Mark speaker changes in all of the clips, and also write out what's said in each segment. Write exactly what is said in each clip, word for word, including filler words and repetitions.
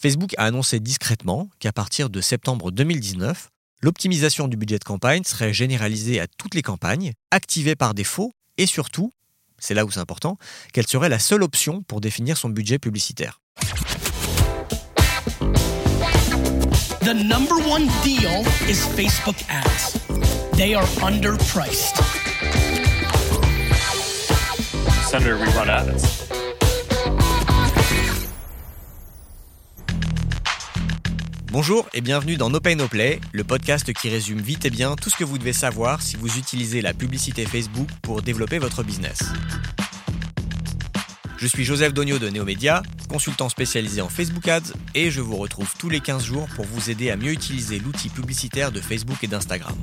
Speaker 1: Facebook a annoncé discrètement qu'à partir de septembre deux mille dix-neuf, l'optimisation du budget de campagne serait généralisée à toutes les campagnes, activée par défaut, et surtout, c'est là où c'est important, qu'elle serait la seule option pour définir son budget publicitaire.
Speaker 2: The number one deal is Facebook ads. They are underpriced.
Speaker 3: Senator, we run ads.
Speaker 1: Bonjour et bienvenue dans No Pay No Play, le podcast qui résume vite et bien tout ce que vous devez savoir si vous utilisez la publicité Facebook pour développer votre business. Je suis Joseph Dogno de Neomédia, consultant spécialisé en Facebook Ads et je vous retrouve tous les quinze jours pour vous aider à mieux utiliser l'outil publicitaire de Facebook et d'Instagram.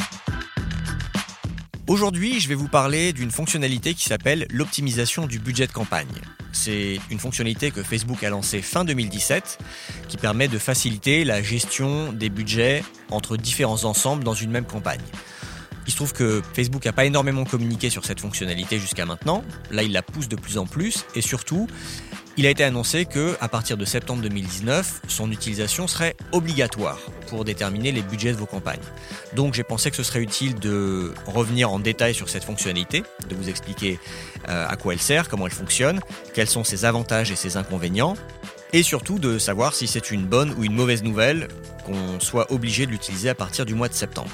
Speaker 1: Aujourd'hui, je vais vous parler d'une fonctionnalité qui s'appelle l'optimisation du budget de campagne. C'est une fonctionnalité que Facebook a lancée fin deux mille dix-sept qui permet de faciliter la gestion des budgets entre différents ensembles dans une même campagne. Il se trouve que Facebook n'a pas énormément communiqué sur cette fonctionnalité jusqu'à maintenant. Là, il la pousse de plus en plus et surtout, il a été annoncé qu'à partir de septembre deux mille dix-neuf, son utilisation serait obligatoire pour déterminer les budgets de vos campagnes. Donc j'ai pensé que ce serait utile de revenir en détail sur cette fonctionnalité, de vous expliquer euh, à quoi elle sert, comment elle fonctionne, quels sont ses avantages et ses inconvénients, et surtout de savoir si c'est une bonne ou une mauvaise nouvelle qu'on soit obligé de l'utiliser à partir du mois de septembre.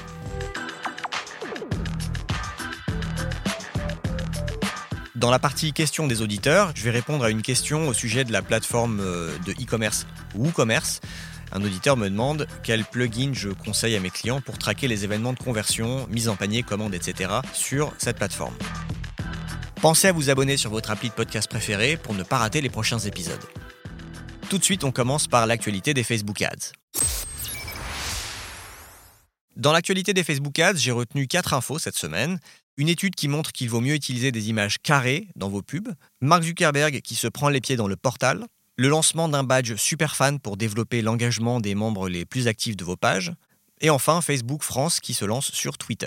Speaker 1: Dans la partie questions des auditeurs, je vais répondre à une question au sujet de la plateforme de e-commerce WooCommerce. Un auditeur me demande quel plugin je conseille à mes clients pour traquer les événements de conversion, mise en panier, commande, et cetera sur cette plateforme. Pensez à vous abonner sur votre appli de podcast préféré pour ne pas rater les prochains épisodes. Tout de suite, on commence par l'actualité des Facebook Ads. Dans l'actualité des Facebook Ads, j'ai retenu quatre infos cette semaine. Une étude qui montre qu'il vaut mieux utiliser des images carrées dans vos pubs, Mark Zuckerberg qui se prend les pieds dans le portal, le lancement d'un badge Superfan pour développer l'engagement des membres les plus actifs de vos pages, et enfin Facebook France qui se lance sur Twitter.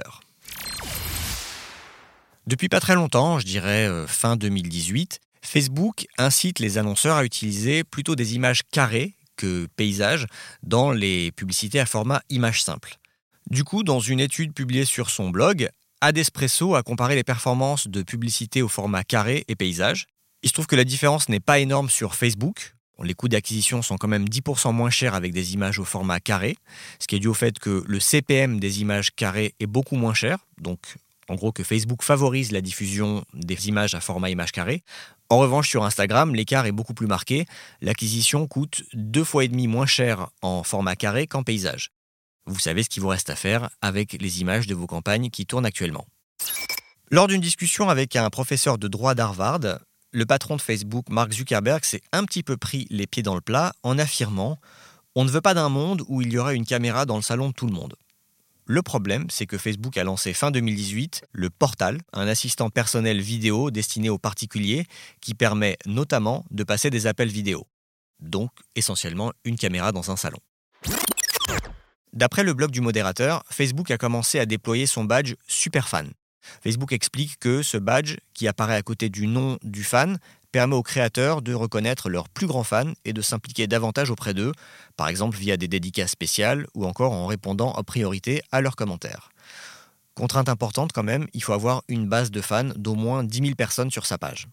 Speaker 1: Depuis pas très longtemps, je dirais euh, fin deux mille dix-huit, Facebook incite les annonceurs à utiliser plutôt des images carrées que paysages dans les publicités à format image simple. Du coup, dans une étude publiée sur son blog, Adespresso a comparé les performances de publicité au format carré et paysage. Il se trouve que la différence n'est pas énorme sur Facebook. Les coûts d'acquisition sont quand même dix pour cent moins chers avec des images au format carré, ce qui est dû au fait que le C P M des images carrées est beaucoup moins cher, donc en gros que Facebook favorise la diffusion des images à format image carré. En revanche, sur Instagram, l'écart est beaucoup plus marqué. L'acquisition coûte deux fois et demi moins cher en format carré qu'en paysage. Vous savez ce qu'il vous reste à faire avec les images de vos campagnes qui tournent actuellement. Lors d'une discussion avec un professeur de droit d'Harvard, le patron de Facebook, Mark Zuckerberg, s'est un petit peu pris les pieds dans le plat en affirmant « On ne veut pas d'un monde où il y aurait une caméra dans le salon de tout le monde ». Le problème, c'est que Facebook a lancé fin deux mille dix-huit le Portal, un assistant personnel vidéo destiné aux particuliers qui permet notamment de passer des appels vidéo. Donc, essentiellement, une caméra dans un salon. D'après le blog du modérateur, Facebook a commencé à déployer son badge Superfan. Facebook explique que ce badge, qui apparaît à côté du nom du fan, permet aux créateurs de reconnaître leurs plus grands fans et de s'impliquer davantage auprès d'eux, par exemple via des dédicaces spéciales ou encore en répondant en priorité à leurs commentaires. Contrainte importante quand même, il faut avoir une base de fans d'au moins dix mille personnes sur sa page.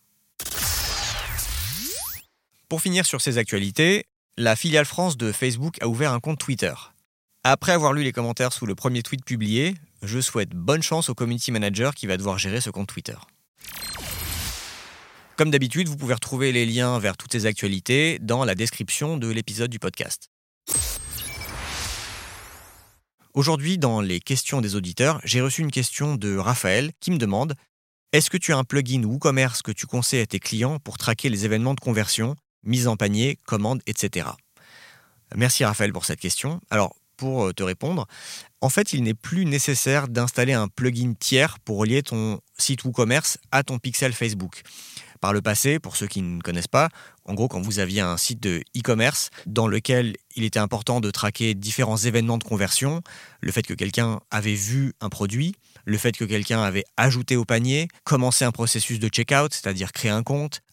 Speaker 1: Pour finir sur ces actualités, la filiale France de Facebook a ouvert un compte Twitter. Après avoir lu les commentaires sous le premier tweet publié, je souhaite bonne chance au community manager qui va devoir gérer ce compte Twitter. Comme d'habitude, vous pouvez retrouver les liens vers toutes ces actualités dans la description de l'épisode du podcast. Aujourd'hui, dans les questions des auditeurs, j'ai reçu une question de Raphaël qui me demande « Est-ce que tu as un plugin WooCommerce que tu conseilles à tes clients pour traquer les événements de conversion, mise en panier, commande, et cetera » Merci Raphaël pour cette question. Alors, pour te répondre, en fait, il n'est plus nécessaire d'installer un plugin tiers pour relier ton site WooCommerce à ton pixel Facebook. Par le passé, pour ceux qui ne connaissent pas, en gros, quand vous aviez un site de e-commerce dans lequel il était important de traquer différents événements de conversion, le fait que quelqu'un avait vu un produit, le fait que quelqu'un avait ajouté au panier, commencé un processus de checkout, c'est-à-dire créer un compte,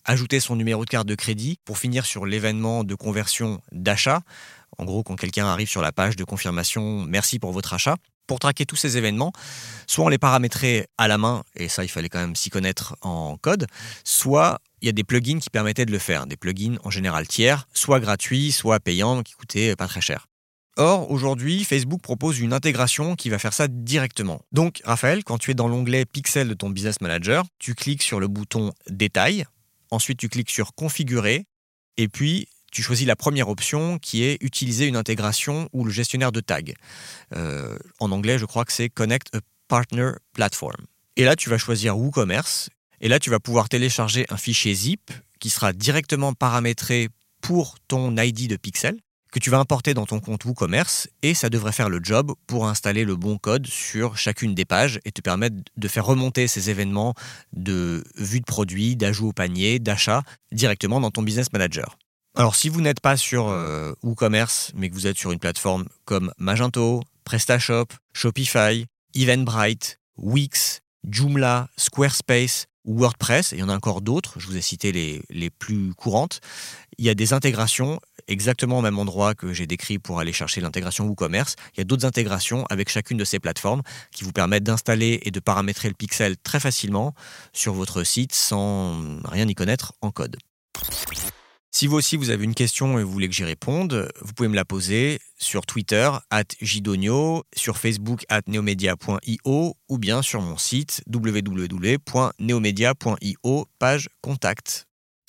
Speaker 1: ajouter son numéro de carte de crédit pour finir sur l'événement de conversion d'achat. En gros, quand quelqu'un arrive sur la page de confirmation, merci pour votre achat. Pour traquer tous ces événements, soit on les paramétrait à la main, et ça, il fallait quand même s'y connaître en code, soit il y a des plugins qui permettaient de le faire, des plugins en général tiers, soit gratuits, soit payants, qui coûtaient pas très cher. Or, aujourd'hui, Facebook propose une intégration qui va faire ça directement. Donc, Raphaël, quand tu es dans l'onglet Pixel de ton Business Manager, tu cliques sur le bouton Détails, ensuite tu cliques sur Configurer, et puis tu choisis la première option qui est Utiliser une intégration ou le gestionnaire de tags. Euh, en anglais, je crois que c'est Connect a Partner Platform. Et là, tu vas choisir WooCommerce, et là, tu vas pouvoir télécharger un fichier zip qui sera directement paramétré pour ton I D de Pixel, que tu vas importer dans ton compte WooCommerce, et ça devrait faire le job pour installer le bon code sur chacune des pages et te permettre de faire remonter ces événements de vue de produit, d'ajout au panier, d'achat, directement dans ton Business Manager. Alors si vous n'êtes pas sur euh, WooCommerce, mais que vous êtes sur une plateforme comme Magento, PrestaShop, Shopify, Eventbrite, Wix, Joomla, Squarespace ou WordPress, et il y en a encore d'autres, je vous ai cité les, les plus courantes, il y a des intégrations exactement au même endroit que j'ai décrit pour aller chercher l'intégration WooCommerce. Il y a d'autres intégrations avec chacune de ces plateformes qui vous permettent d'installer et de paramétrer le pixel très facilement sur votre site sans rien y connaître en code. Si vous aussi vous avez une question et vous voulez que j'y réponde, vous pouvez me la poser sur Twitter, arobase jdonio, sur Facebook, arobase neomedia point io ou bien sur mon site w w w point neomedia point io, page contact.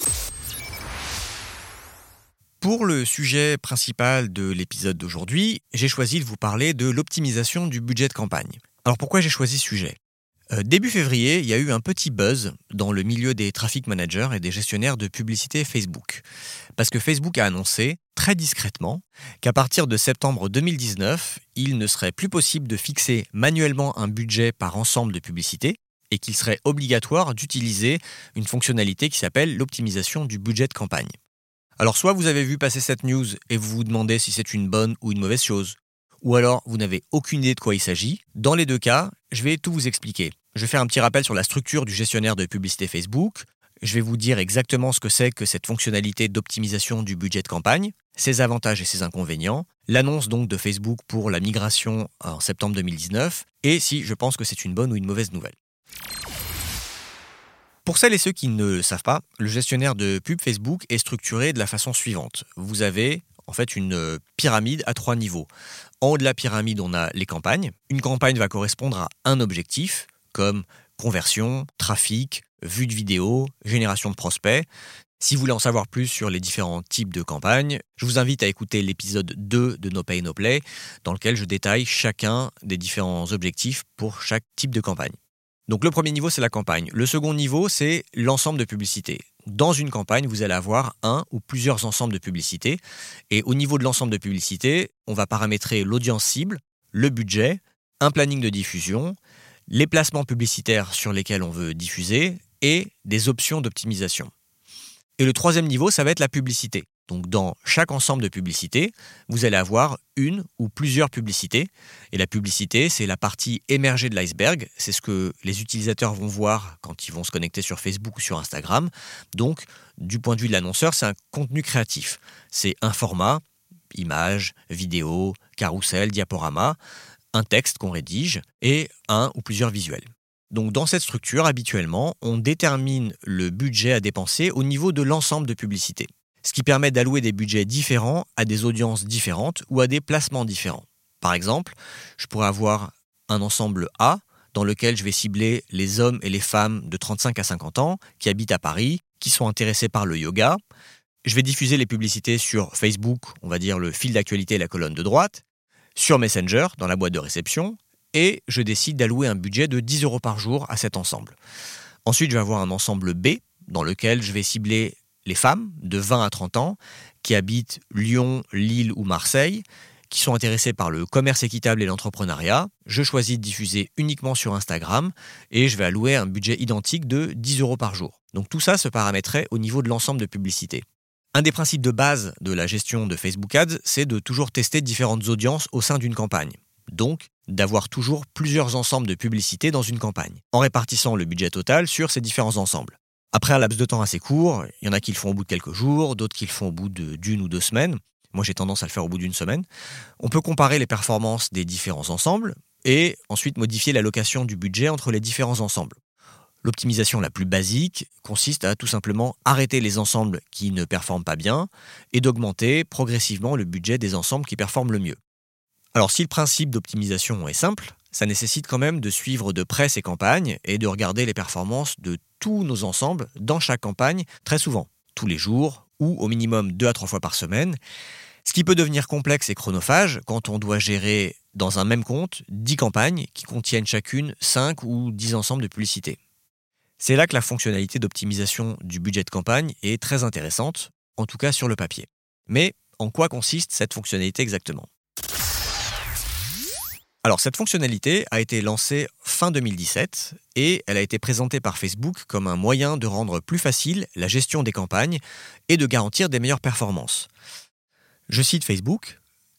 Speaker 1: Pour le sujet principal de l'épisode d'aujourd'hui, j'ai choisi de vous parler de l'optimisation du budget de campagne. Alors pourquoi j'ai choisi ce sujet ? Euh, début février, il y a eu un petit buzz dans le milieu des traffic managers et des gestionnaires de publicité Facebook. Parce que Facebook a annoncé, très discrètement, qu'à partir de septembre deux mille dix-neuf, il ne serait plus possible de fixer manuellement un budget par ensemble de publicités et qu'il serait obligatoire d'utiliser une fonctionnalité qui s'appelle l'optimisation du budget de campagne. Alors soit vous avez vu passer cette news et vous vous demandez si c'est une bonne ou une mauvaise chose, ou alors vous n'avez aucune idée de quoi il s'agit. Dans les deux cas, je vais tout vous expliquer. Je vais faire un petit rappel sur la structure du gestionnaire de publicité Facebook. Je vais vous dire exactement ce que c'est que cette fonctionnalité d'optimisation du budget de campagne, ses avantages et ses inconvénients, l'annonce donc de Facebook pour la migration en septembre deux mille dix-neuf, et si je pense que c'est une bonne ou une mauvaise nouvelle. Pour celles et ceux qui ne le savent pas, le gestionnaire de pub Facebook est structuré de la façon suivante. Vous avez en fait une pyramide à trois niveaux. En haut de la pyramide, on a les campagnes. Une campagne va correspondre à un objectif, comme conversion, trafic, vue de vidéo, génération de prospects. Si vous voulez en savoir plus sur les différents types de campagnes, je vous invite à écouter l'épisode deux de No Pay No Play, dans lequel je détaille chacun des différents objectifs pour chaque type de campagne. Donc le premier niveau, c'est la campagne. Le second niveau, c'est l'ensemble de publicités. Dans une campagne, vous allez avoir un ou plusieurs ensembles de publicités. Et au niveau de l'ensemble de publicités, on va paramétrer l'audience cible, le budget, un planning de diffusion, les placements publicitaires sur lesquels on veut diffuser et des options d'optimisation. Et le troisième niveau, ça va être la publicité. Donc dans chaque ensemble de publicités, vous allez avoir une ou plusieurs publicités. Et la publicité, c'est la partie émergée de l'iceberg. C'est ce que les utilisateurs vont voir quand ils vont se connecter sur Facebook ou sur Instagram. Donc, du point de vue de l'annonceur, c'est un contenu créatif. C'est un format, image, vidéo, carrousel, diaporama, un texte qu'on rédige et un ou plusieurs visuels. Donc dans cette structure, habituellement, on détermine le budget à dépenser au niveau de l'ensemble de publicités. Ce qui permet d'allouer des budgets différents à des audiences différentes ou à des placements différents. Par exemple, je pourrais avoir un ensemble A dans lequel je vais cibler les hommes et les femmes de trente-cinq à cinquante ans qui habitent à Paris, qui sont intéressés par le yoga. Je vais diffuser les publicités sur Facebook, on va dire le fil d'actualité et la colonne de droite, sur Messenger, dans la boîte de réception, et je décide d'allouer un budget de dix euros par jour à cet ensemble. Ensuite, je vais avoir un ensemble B dans lequel je vais cibler les femmes de vingt à trente ans qui habitent Lyon, Lille ou Marseille, qui sont intéressées par le commerce équitable et l'entrepreneuriat. Je choisis de diffuser uniquement sur Instagram et je vais allouer un budget identique de dix euros par jour. Donc tout ça se paramétrait au niveau de l'ensemble de publicités. Un des principes de base de la gestion de Facebook Ads, c'est de toujours tester différentes audiences au sein d'une campagne. Donc, d'avoir toujours plusieurs ensembles de publicités dans une campagne, en répartissant le budget total sur ces différents ensembles. Après un laps de temps assez court, il y en a qui le font au bout de quelques jours, d'autres qui le font au bout de, d'une ou deux semaines. Moi, j'ai tendance à le faire au bout d'une semaine. On peut comparer les performances des différents ensembles et ensuite modifier l'allocation du budget entre les différents ensembles. L'optimisation la plus basique consiste à tout simplement arrêter les ensembles qui ne performent pas bien et d'augmenter progressivement le budget des ensembles qui performent le mieux. Alors si le principe d'optimisation est simple, ça nécessite quand même de suivre de près ces campagnes et de regarder les performances de tous nos ensembles dans chaque campagne très souvent, tous les jours ou au minimum deux à trois fois par semaine, ce qui peut devenir complexe et chronophage quand on doit gérer dans un même compte dix campagnes qui contiennent chacune cinq ou dix ensembles de publicité. C'est là que la fonctionnalité d'optimisation du budget de campagne est très intéressante, en tout cas sur le papier. Mais en quoi consiste cette fonctionnalité exactement ? Alors cette fonctionnalité a été lancée fin deux mille dix-sept et elle a été présentée par Facebook comme un moyen de rendre plus facile la gestion des campagnes et de garantir des meilleures performances. Je cite Facebook.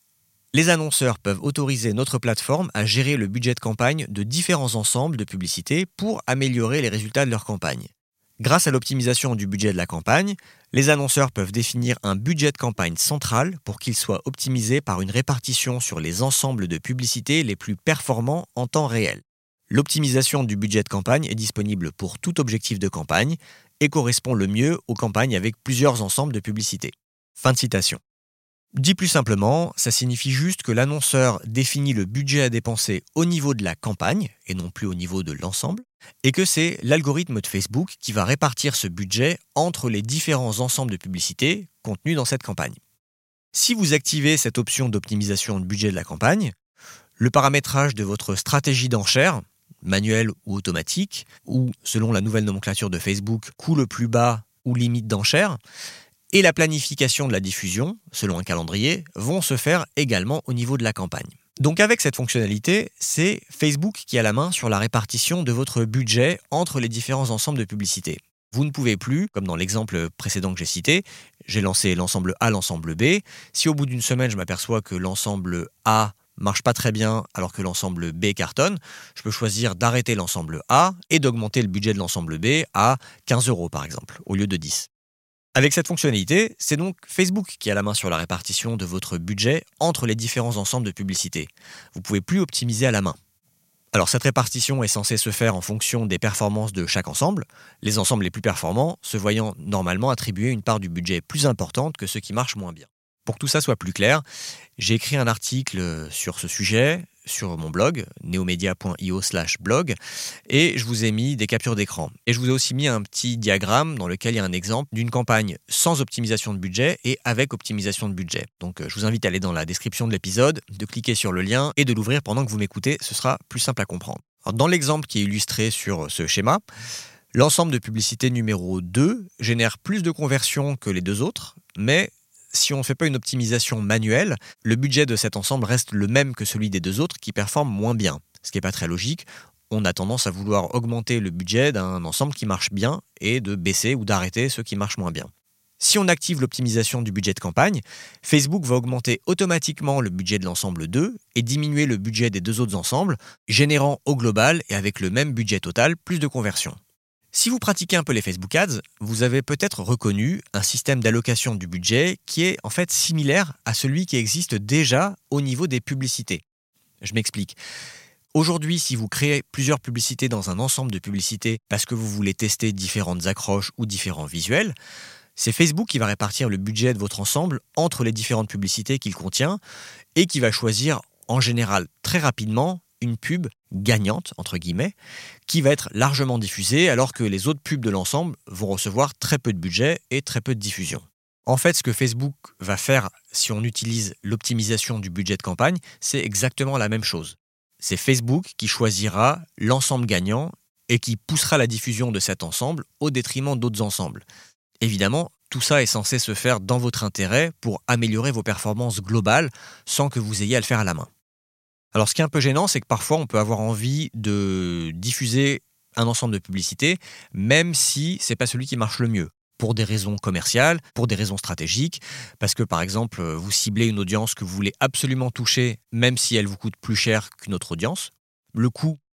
Speaker 1: Les annonceurs peuvent autoriser notre plateforme à gérer le budget de campagne de différents ensembles de publicités pour améliorer les résultats de leur campagne. Grâce à l'optimisation du budget de la campagne, les annonceurs peuvent définir un budget de campagne central pour qu'il soit optimisé par une répartition sur les ensembles de publicités les plus performants en temps réel. L'optimisation du budget de campagne est disponible pour tout objectif de campagne et correspond le mieux aux campagnes avec plusieurs ensembles de publicités. Fin de citation. Dit plus simplement, ça signifie juste que l'annonceur définit le budget à dépenser au niveau de la campagne et non plus au niveau de l'ensemble, et que c'est l'algorithme de Facebook qui va répartir ce budget entre les différents ensembles de publicités contenus dans cette campagne. Si vous activez cette option d'optimisation de budget de la campagne, le paramétrage de votre stratégie d'enchère, manuelle ou automatique, ou selon la nouvelle nomenclature de Facebook, coût le plus bas ou limite d'enchère, et la planification de la diffusion, selon un calendrier, vont se faire également au niveau de la campagne. Donc avec cette fonctionnalité, c'est Facebook qui a la main sur la répartition de votre budget entre les différents ensembles de publicités. Vous ne pouvez plus, comme dans l'exemple précédent que j'ai cité, j'ai lancé l'ensemble A, l'ensemble B. Si au bout d'une semaine, je m'aperçois que l'ensemble A marche pas très bien alors que l'ensemble B cartonne, je peux choisir d'arrêter l'ensemble A et d'augmenter le budget de l'ensemble B à quinze euros par exemple, au lieu de dix. Avec cette fonctionnalité, c'est donc Facebook qui a la main sur la répartition de votre budget entre les différents ensembles de publicités. Vous ne pouvez plus optimiser à la main. Alors cette répartition est censée se faire en fonction des performances de chaque ensemble, les ensembles les plus performants se voyant normalement attribuer une part du budget plus importante que ceux qui marchent moins bien. Pour que tout ça soit plus clair, j'ai écrit un article sur ce sujet sur mon blog, neomedia point io slash blog, et je vous ai mis des captures d'écran. Et je vous ai aussi mis un petit diagramme dans lequel il y a un exemple d'une campagne sans optimisation de budget et avec optimisation de budget. Donc je vous invite à aller dans la description de l'épisode, de cliquer sur le lien et de l'ouvrir pendant que vous m'écoutez, ce sera plus simple à comprendre. Alors, dans l'exemple qui est illustré sur ce schéma, l'ensemble de publicité numéro deux génère plus de conversions que les deux autres, mais si on ne fait pas une optimisation manuelle, le budget de cet ensemble reste le même que celui des deux autres qui performent moins bien. Ce qui n'est pas très logique. On a tendance à vouloir augmenter le budget d'un ensemble qui marche bien et de baisser ou d'arrêter ceux qui marchent moins bien. Si on active l'optimisation du budget de campagne, Facebook va augmenter automatiquement le budget de l'ensemble deux et diminuer le budget des deux autres ensembles, générant au global et avec le même budget total plus de conversions. Si vous pratiquez un peu les Facebook Ads, vous avez peut-être reconnu un système d'allocation du budget qui est en fait similaire à celui qui existe déjà au niveau des publicités. Je m'explique. Aujourd'hui, si vous créez plusieurs publicités dans un ensemble de publicités parce que vous voulez tester différentes accroches ou différents visuels, c'est Facebook qui va répartir le budget de votre ensemble entre les différentes publicités qu'il contient et qui va choisir en général très rapidement une pub gagnante, entre guillemets, qui va être largement diffusée alors que les autres pubs de l'ensemble vont recevoir très peu de budget et très peu de diffusion. En fait, ce que Facebook va faire si on utilise l'optimisation du budget de campagne, c'est exactement la même chose. C'est Facebook qui choisira l'ensemble gagnant et qui poussera la diffusion de cet ensemble au détriment d'autres ensembles. Évidemment, tout ça est censé se faire dans votre intérêt pour améliorer vos performances globales sans que vous ayez à le faire à la main. Alors ce qui est un peu gênant, c'est que parfois on peut avoir envie de diffuser un ensemble de publicités, même si ce n'est pas celui qui marche le mieux, pour des raisons commerciales, pour des raisons stratégiques, parce que par exemple, vous ciblez une audience que vous voulez absolument toucher, même si elle vous coûte plus cher qu'une autre audience. Le coût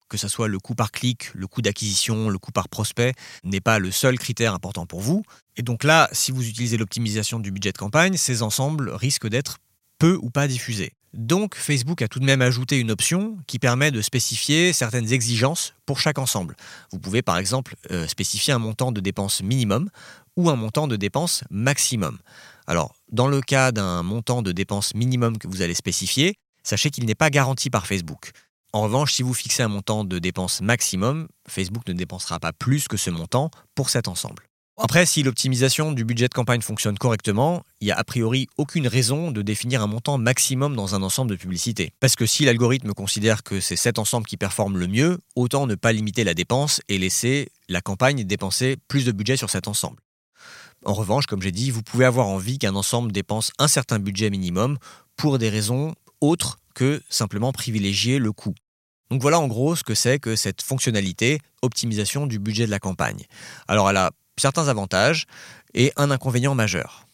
Speaker 1: que ce soit le coût par clic, le coût d'acquisition, le coût par prospect, n'est pas le seul critère important pour vous. Et donc là, si vous utilisez l'optimisation du budget de campagne, ces ensembles risquent d'être peu ou pas diffusés. Donc Facebook a tout de même ajouté une option qui permet de spécifier certaines exigences pour chaque ensemble. Vous pouvez par exemple euh, spécifier un montant de dépenses minimum ou un montant de dépenses maximum. Alors, dans le cas d'un montant de dépenses minimum que vous allez spécifier, sachez qu'il n'est pas garanti par Facebook. En revanche, si vous fixez un montant de dépenses maximum, Facebook ne dépensera pas plus que ce montant pour cet ensemble. Après, si l'optimisation du budget de campagne fonctionne correctement, il n'y a a priori aucune raison de définir un montant maximum dans un ensemble de publicité. Parce que si l'algorithme considère que c'est cet ensemble qui performe le mieux, autant ne pas limiter la dépense et laisser la campagne dépenser plus de budget sur cet ensemble. En revanche, comme j'ai dit, vous pouvez avoir envie qu'un ensemble dépense un certain budget minimum pour des raisons autres que simplement privilégier le coût. Donc voilà en gros ce que c'est que cette fonctionnalité optimisation du budget de la campagne. Alors elle a certains avantages et un inconvénient majeur.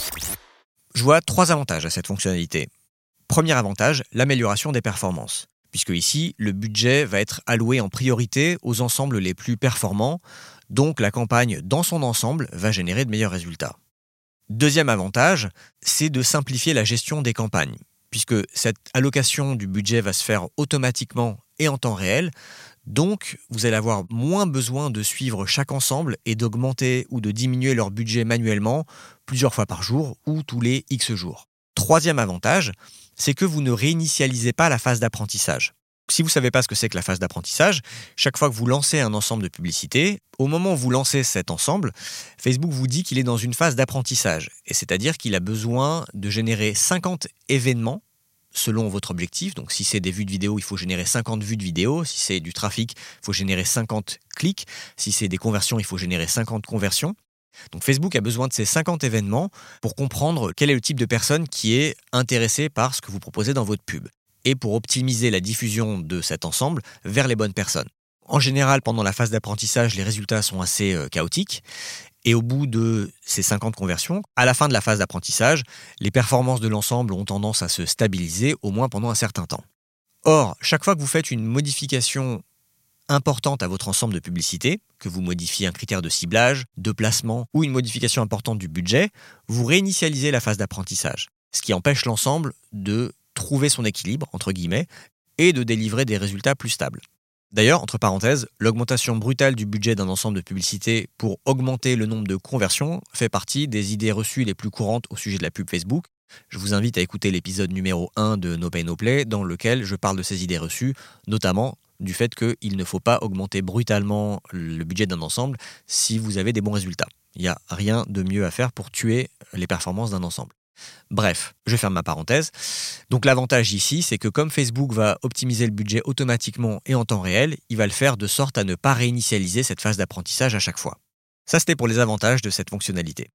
Speaker 1: Je vois trois avantages à cette fonctionnalité. Premier avantage, l'amélioration des performances. Puisque ici, le budget va être alloué en priorité aux ensembles les plus performants, donc la campagne dans son ensemble va générer de meilleurs résultats. Deuxième avantage, c'est de simplifier la gestion des campagnes, puisque cette allocation du budget va se faire automatiquement et en temps réel, donc vous allez avoir moins besoin de suivre chaque ensemble et d'augmenter ou de diminuer leur budget manuellement plusieurs fois par jour ou tous les X jours. Troisième avantage, c'est que vous ne réinitialisez pas la phase d'apprentissage. Si vous ne savez pas ce que c'est que la phase d'apprentissage, chaque fois que vous lancez un ensemble de publicité, au moment où vous lancez cet ensemble, Facebook vous dit qu'il est dans une phase d'apprentissage. Et c'est-à-dire qu'il a besoin de générer cinquante événements selon votre objectif. Donc si c'est des vues de vidéo, il faut générer cinquante vues de vidéo. Si c'est du trafic, il faut générer cinquante clics. Si c'est des conversions, il faut générer cinquante conversions. Donc Facebook a besoin de ces cinquante événements pour comprendre quel est le type de personne qui est intéressée par ce que vous proposez dans votre pub et pour optimiser la diffusion de cet ensemble vers les bonnes personnes. En général, pendant la phase d'apprentissage, les résultats sont assez euh, chaotiques et au bout de ces cinquante conversions, à la fin de la phase d'apprentissage, les performances de l'ensemble ont tendance à se stabiliser au moins pendant un certain temps. Or, chaque fois que vous faites une modification importante à votre ensemble de publicité, que vous modifiez un critère de ciblage, de placement ou une modification importante du budget, vous réinitialisez la phase d'apprentissage, ce qui empêche l'ensemble de trouver son équilibre, entre guillemets, et de délivrer des résultats plus stables. D'ailleurs, entre parenthèses, l'augmentation brutale du budget d'un ensemble de publicité pour augmenter le nombre de conversions fait partie des idées reçues les plus courantes au sujet de la pub Facebook. Je vous invite à écouter l'épisode numéro un de No Pay No Play, dans lequel je parle de ces idées reçues, notamment du fait qu'il ne faut pas augmenter brutalement le budget d'un ensemble si vous avez des bons résultats. Il n'y a rien de mieux à faire pour tuer les performances d'un ensemble. Bref, je ferme ma parenthèse. Donc l'avantage ici, c'est que comme Facebook va optimiser le budget automatiquement et en temps réel, il va le faire de sorte à ne pas réinitialiser cette phase d'apprentissage à chaque fois. Ça, c'était pour les avantages de cette fonctionnalité.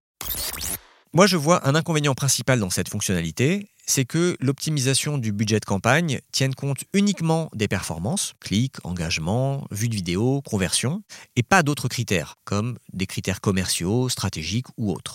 Speaker 1: Moi, je vois un inconvénient principal dans cette fonctionnalité, c'est que l'optimisation du budget de campagne tienne compte uniquement des performances, clics, engagement, vues de vidéo, conversion, et pas d'autres critères, comme des critères commerciaux, stratégiques ou autres.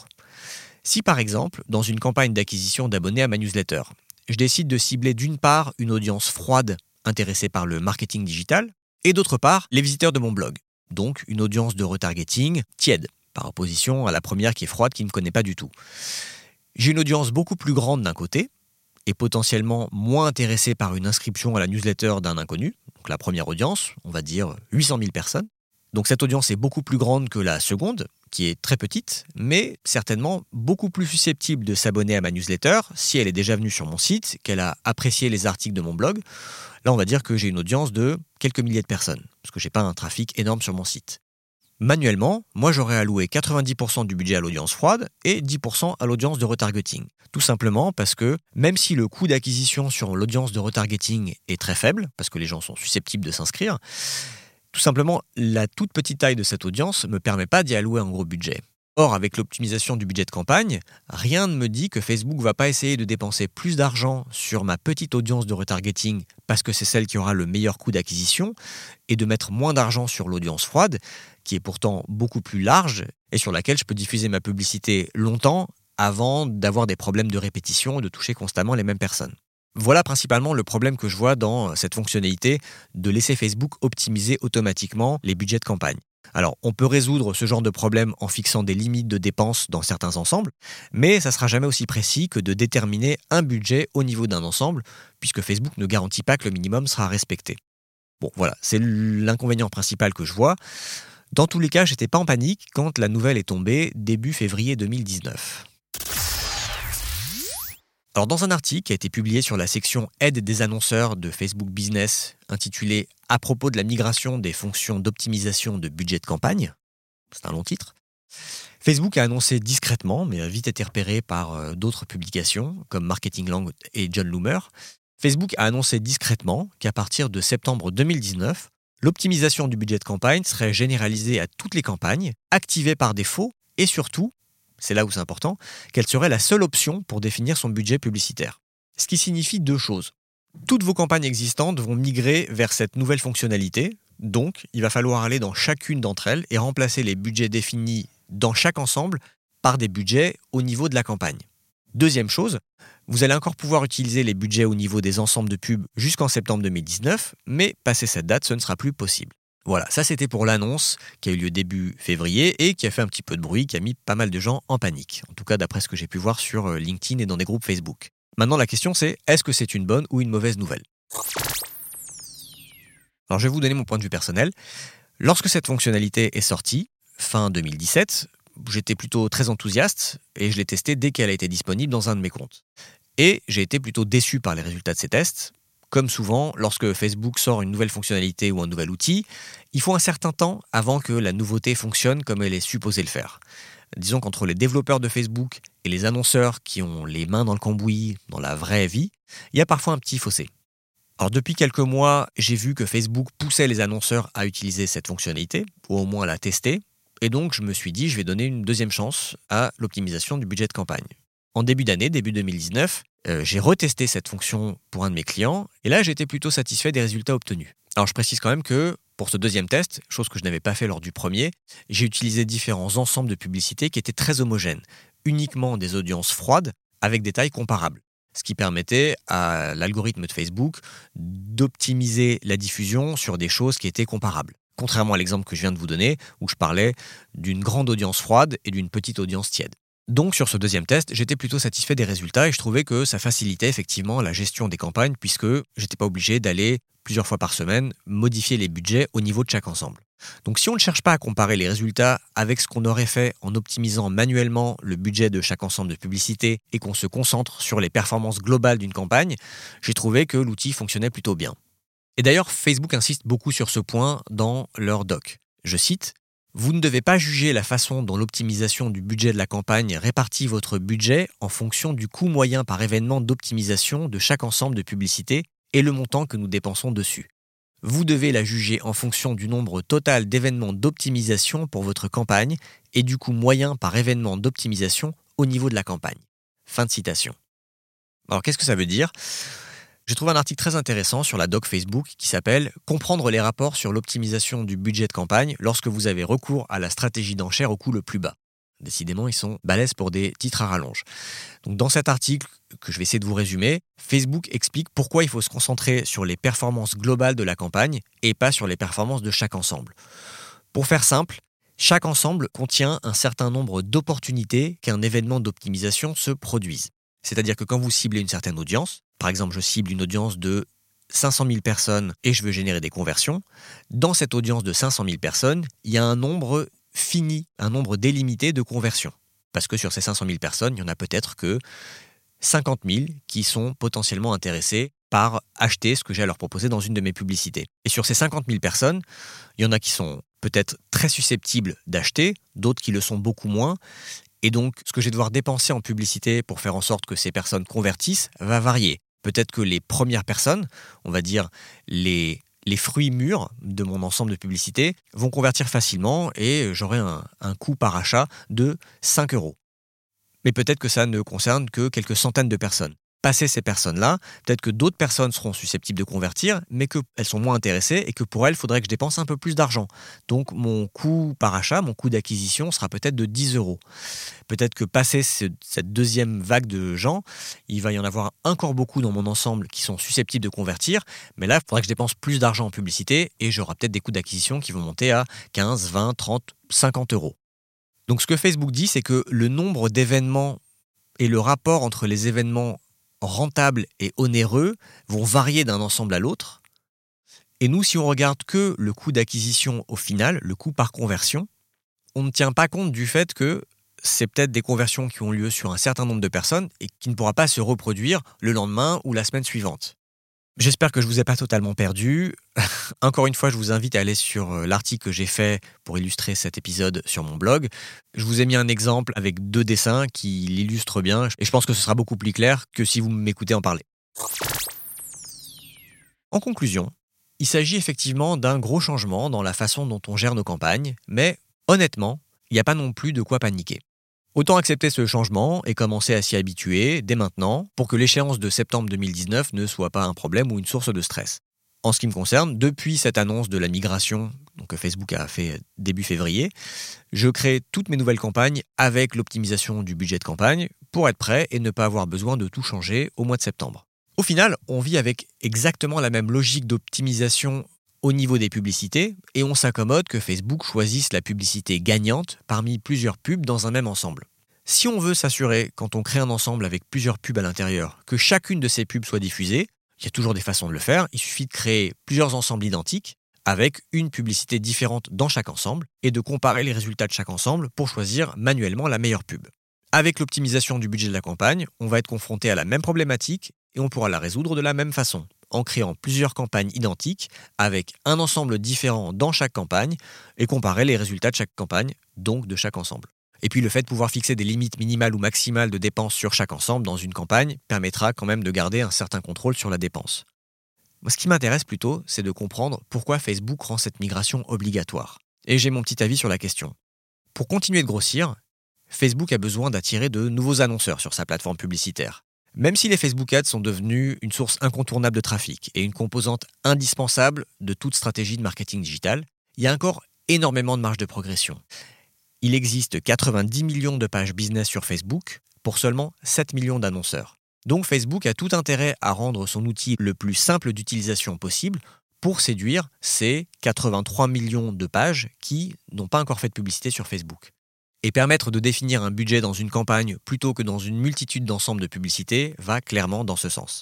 Speaker 1: Si par exemple, dans une campagne d'acquisition d'abonnés à ma newsletter, je décide de cibler d'une part une audience froide intéressée par le marketing digital et d'autre part les visiteurs de mon blog, donc une audience de retargeting tiède, par opposition à la première qui est froide, qui ne me connaît pas du tout. J'ai une audience beaucoup plus grande d'un côté et potentiellement moins intéressée par une inscription à la newsletter d'un inconnu, donc la première audience, on va dire huit cent mille personnes. Donc cette audience est beaucoup plus grande que la seconde, qui est très petite, mais certainement beaucoup plus susceptible de s'abonner à ma newsletter si elle est déjà venue sur mon site, qu'elle a apprécié les articles de mon blog. Là, on va dire que j'ai une audience de quelques milliers de personnes, parce que je n'ai pas un trafic énorme sur mon site. Manuellement, moi j'aurais alloué quatre-vingt-dix pour cent du budget à l'audience froide et dix pour cent à l'audience de retargeting. Tout simplement parce que même si le coût d'acquisition sur l'audience de retargeting est très faible, parce que les gens sont susceptibles de s'inscrire, tout simplement, la toute petite taille de cette audience ne me permet pas d'y allouer un gros budget. Or, avec l'optimisation du budget de campagne, rien ne me dit que Facebook ne va pas essayer de dépenser plus d'argent sur ma petite audience de retargeting parce que c'est celle qui aura le meilleur coût d'acquisition et de mettre moins d'argent sur l'audience froide, qui est pourtant beaucoup plus large et sur laquelle je peux diffuser ma publicité longtemps avant d'avoir des problèmes de répétition et de toucher constamment les mêmes personnes. Voilà principalement le problème que je vois dans cette fonctionnalité de laisser Facebook optimiser automatiquement les budgets de campagne. Alors, on peut résoudre ce genre de problème en fixant des limites de dépenses dans certains ensembles, mais ça ne sera jamais aussi précis que de déterminer un budget au niveau d'un ensemble, puisque Facebook ne garantit pas que le minimum sera respecté. Bon, voilà, c'est l'inconvénient principal que je vois. Dans tous les cas, j'étais pas en panique quand la nouvelle est tombée début février deux mille dix-neuf. Alors, dans un article qui a été publié sur la section Aide des annonceurs de Facebook Business, intitulé « À propos de la migration des fonctions d'optimisation de budget de campagne », c'est un long titre, Facebook a annoncé discrètement, mais a vite été repéré par d'autres publications, comme Marketing Lang et John Loomer, Facebook a annoncé discrètement qu'à partir de septembre deux mille dix-neuf, l'optimisation du budget de campagne serait généralisée à toutes les campagnes, activée par défaut, et surtout, c'est là où c'est important, qu'elle serait la seule option pour définir son budget publicitaire. Ce qui signifie deux choses. Toutes vos campagnes existantes vont migrer vers cette nouvelle fonctionnalité, donc il va falloir aller dans chacune d'entre elles et remplacer les budgets définis dans chaque ensemble par des budgets au niveau de la campagne. Deuxième chose, vous allez encore pouvoir utiliser les budgets au niveau des ensembles de pubs jusqu'en septembre deux mille dix-neuf, mais passé cette date, ce ne sera plus possible. Voilà, ça c'était pour l'annonce qui a eu lieu début février et qui a fait un petit peu de bruit, qui a mis pas mal de gens en panique. En tout cas, d'après ce que j'ai pu voir sur LinkedIn et dans des groupes Facebook. Maintenant, la question c'est, est-ce que c'est une bonne ou une mauvaise nouvelle ? Alors, je vais vous donner mon point de vue personnel. Lorsque cette fonctionnalité est sortie, fin deux mille dix-sept, j'étais plutôt très enthousiaste et je l'ai testée dès qu'elle a été disponible dans un de mes comptes. Et j'ai été plutôt déçu par les résultats de ces tests. Comme souvent, lorsque Facebook sort une nouvelle fonctionnalité ou un nouvel outil, il faut un certain temps avant que la nouveauté fonctionne comme elle est supposée le faire. Disons qu'entre les développeurs de Facebook et les annonceurs qui ont les mains dans le cambouis dans la vraie vie, il y a parfois un petit fossé. Alors depuis quelques mois, j'ai vu que Facebook poussait les annonceurs à utiliser cette fonctionnalité, ou au moins à la tester, et donc je me suis dit je vais donner une deuxième chance à l'optimisation du budget de campagne. En début d'année, début deux mille dix-neuf, euh, j'ai retesté cette fonction pour un de mes clients, et là j'étais plutôt satisfait des résultats obtenus. Alors je précise quand même que pour ce deuxième test, chose que je n'avais pas fait lors du premier, j'ai utilisé différents ensembles de publicités qui étaient très homogènes, uniquement des audiences froides avec des tailles comparables, ce qui permettait à l'algorithme de Facebook d'optimiser la diffusion sur des choses qui étaient comparables. Contrairement à l'exemple que je viens de vous donner, où je parlais d'une grande audience froide et d'une petite audience tiède. Donc sur ce deuxième test, j'étais plutôt satisfait des résultats et je trouvais que ça facilitait effectivement la gestion des campagnes puisque j'étais pas obligé d'aller plusieurs fois par semaine modifier les budgets au niveau de chaque ensemble. Donc si on ne cherche pas à comparer les résultats avec ce qu'on aurait fait en optimisant manuellement le budget de chaque ensemble de publicité et qu'on se concentre sur les performances globales d'une campagne, j'ai trouvé que l'outil fonctionnait plutôt bien. Et d'ailleurs, Facebook insiste beaucoup sur ce point dans leur doc. Je cite: « Vous ne devez pas juger la façon dont l'optimisation du budget de la campagne répartit votre budget en fonction du coût moyen par événement d'optimisation de chaque ensemble de publicité et le montant que nous dépensons dessus. Vous devez la juger en fonction du nombre total d'événements d'optimisation pour votre campagne et du coût moyen par événement d'optimisation au niveau de la campagne. » Fin de citation. Alors qu'est-ce que ça veut dire ? J'ai trouvé un article très intéressant sur la doc Facebook qui s'appelle « Comprendre les rapports sur l'optimisation du budget de campagne lorsque vous avez recours à la stratégie d'enchère au coût le plus bas ». Décidément, ils sont balèzes pour des titres à rallonge. Donc, dans cet article, que je vais essayer de vous résumer, Facebook explique pourquoi il faut se concentrer sur les performances globales de la campagne et pas sur les performances de chaque ensemble. Pour faire simple, chaque ensemble contient un certain nombre d'opportunités qu'un événement d'optimisation se produise. C'est-à-dire que quand vous ciblez une certaine audience, par exemple, je cible une audience de cinq cent mille personnes et je veux générer des conversions, dans cette audience de cinq cent mille personnes, il y a un nombre fini, un nombre délimité de conversions. Parce que sur ces cinq cent mille personnes, il y en a peut-être que cinquante mille qui sont potentiellement intéressés par acheter ce que j'ai à leur proposer dans une de mes publicités. Et sur ces cinquante mille personnes, il y en a qui sont peut-être très susceptibles d'acheter, d'autres qui le sont beaucoup moins. Et donc, ce que je vais devoir dépenser en publicité pour faire en sorte que ces personnes convertissent va varier. Peut-être que les premières personnes, on va dire les, les fruits mûrs de mon ensemble de publicités, vont convertir facilement et j'aurai un, un coût par achat de cinq euros. Mais peut-être que ça ne concerne que quelques centaines de personnes. Passer ces personnes-là, peut-être que d'autres personnes seront susceptibles de convertir, mais qu'elles sont moins intéressées et que pour elles, il faudrait que je dépense un peu plus d'argent. Donc mon coût par achat, mon coût d'acquisition sera peut-être de dix euros. Peut-être que passer ce, cette deuxième vague de gens, il va y en avoir encore beaucoup dans mon ensemble qui sont susceptibles de convertir, mais là, il faudrait que je dépense plus d'argent en publicité et j'aurai peut-être des coûts d'acquisition qui vont monter à quinze, vingt, trente, cinquante euros. Donc ce que Facebook dit, c'est que le nombre d'événements et le rapport entre les événements rentables et onéreux vont varier d'un ensemble à l'autre. Et nous, si on regarde que le coût d'acquisition au final, le coût par conversion, on ne tient pas compte du fait que c'est peut-être des conversions qui ont lieu sur un certain nombre de personnes et qui ne pourra pas se reproduire le lendemain ou la semaine suivante. J'espère que je ne vous ai pas totalement perdu. Encore une fois, je vous invite à aller sur l'article que j'ai fait pour illustrer cet épisode sur mon blog. Je vous ai mis un exemple avec deux dessins qui l'illustrent bien et je pense que ce sera beaucoup plus clair que si vous m'écoutez en parler. En conclusion, il s'agit effectivement d'un gros changement dans la façon dont on gère nos campagnes, mais honnêtement, il n'y a pas non plus de quoi paniquer. Autant accepter ce changement et commencer à s'y habituer dès maintenant pour que l'échéance de septembre deux mille dix-neuf ne soit pas un problème ou une source de stress. En ce qui me concerne, depuis cette annonce de la migration donc que Facebook a fait début février, je crée toutes mes nouvelles campagnes avec l'optimisation du budget de campagne pour être prêt et ne pas avoir besoin de tout changer au mois de septembre. Au final, on vit avec exactement la même logique d'optimisation au niveau des publicités et on s'accommode que Facebook choisisse la publicité gagnante parmi plusieurs pubs dans un même ensemble. Si on veut s'assurer, quand on crée un ensemble avec plusieurs pubs à l'intérieur, que chacune de ces pubs soit diffusée, il y a toujours des façons de le faire, il suffit de créer plusieurs ensembles identiques avec une publicité différente dans chaque ensemble et de comparer les résultats de chaque ensemble pour choisir manuellement la meilleure pub. Avec l'optimisation du budget de la campagne, on va être confronté à la même problématique et on pourra la résoudre de la même façon, en créant plusieurs campagnes identiques avec un ensemble différent dans chaque campagne et comparer les résultats de chaque campagne, donc de chaque ensemble. Et puis le fait de pouvoir fixer des limites minimales ou maximales de dépenses sur chaque ensemble dans une campagne permettra quand même de garder un certain contrôle sur la dépense. Moi, ce qui m'intéresse plutôt, c'est de comprendre pourquoi Facebook rend cette migration obligatoire. Et j'ai mon petit avis sur la question. Pour continuer de grossir, Facebook a besoin d'attirer de nouveaux annonceurs sur sa plateforme publicitaire. Même si les Facebook Ads sont devenus une source incontournable de trafic et une composante indispensable de toute stratégie de marketing digital, il y a encore énormément de marge de progression. Il existe quatre-vingt-dix millions de pages business sur Facebook pour seulement sept millions d'annonceurs. Donc Facebook a tout intérêt à rendre son outil le plus simple d'utilisation possible pour séduire ces quatre-vingt-trois millions de pages qui n'ont pas encore fait de publicité sur Facebook. Et permettre de définir un budget dans une campagne plutôt que dans une multitude d'ensembles de publicités va clairement dans ce sens.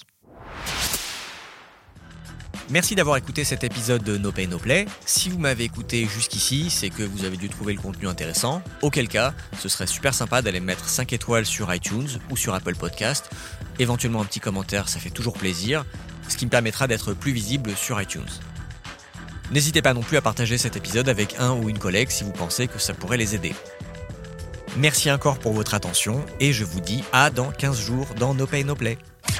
Speaker 1: Merci d'avoir écouté cet épisode de No Pay No Play. Si vous m'avez écouté jusqu'ici, c'est que vous avez dû trouver le contenu intéressant. Auquel cas, ce serait super sympa d'aller mettre cinq étoiles sur iTunes ou sur Apple Podcast. Éventuellement un petit commentaire, ça fait toujours plaisir, ce qui me permettra d'être plus visible sur iTunes. N'hésitez pas non plus à partager cet épisode avec un ou une collègue si vous pensez que ça pourrait les aider. Merci encore pour votre attention et je vous dis à dans quinze jours dans No Pay No Play.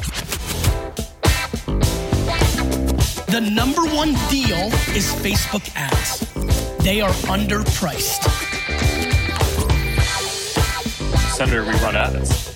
Speaker 2: The number one deal is Facebook ads. They are underpriced.
Speaker 3: Senator, we run ads.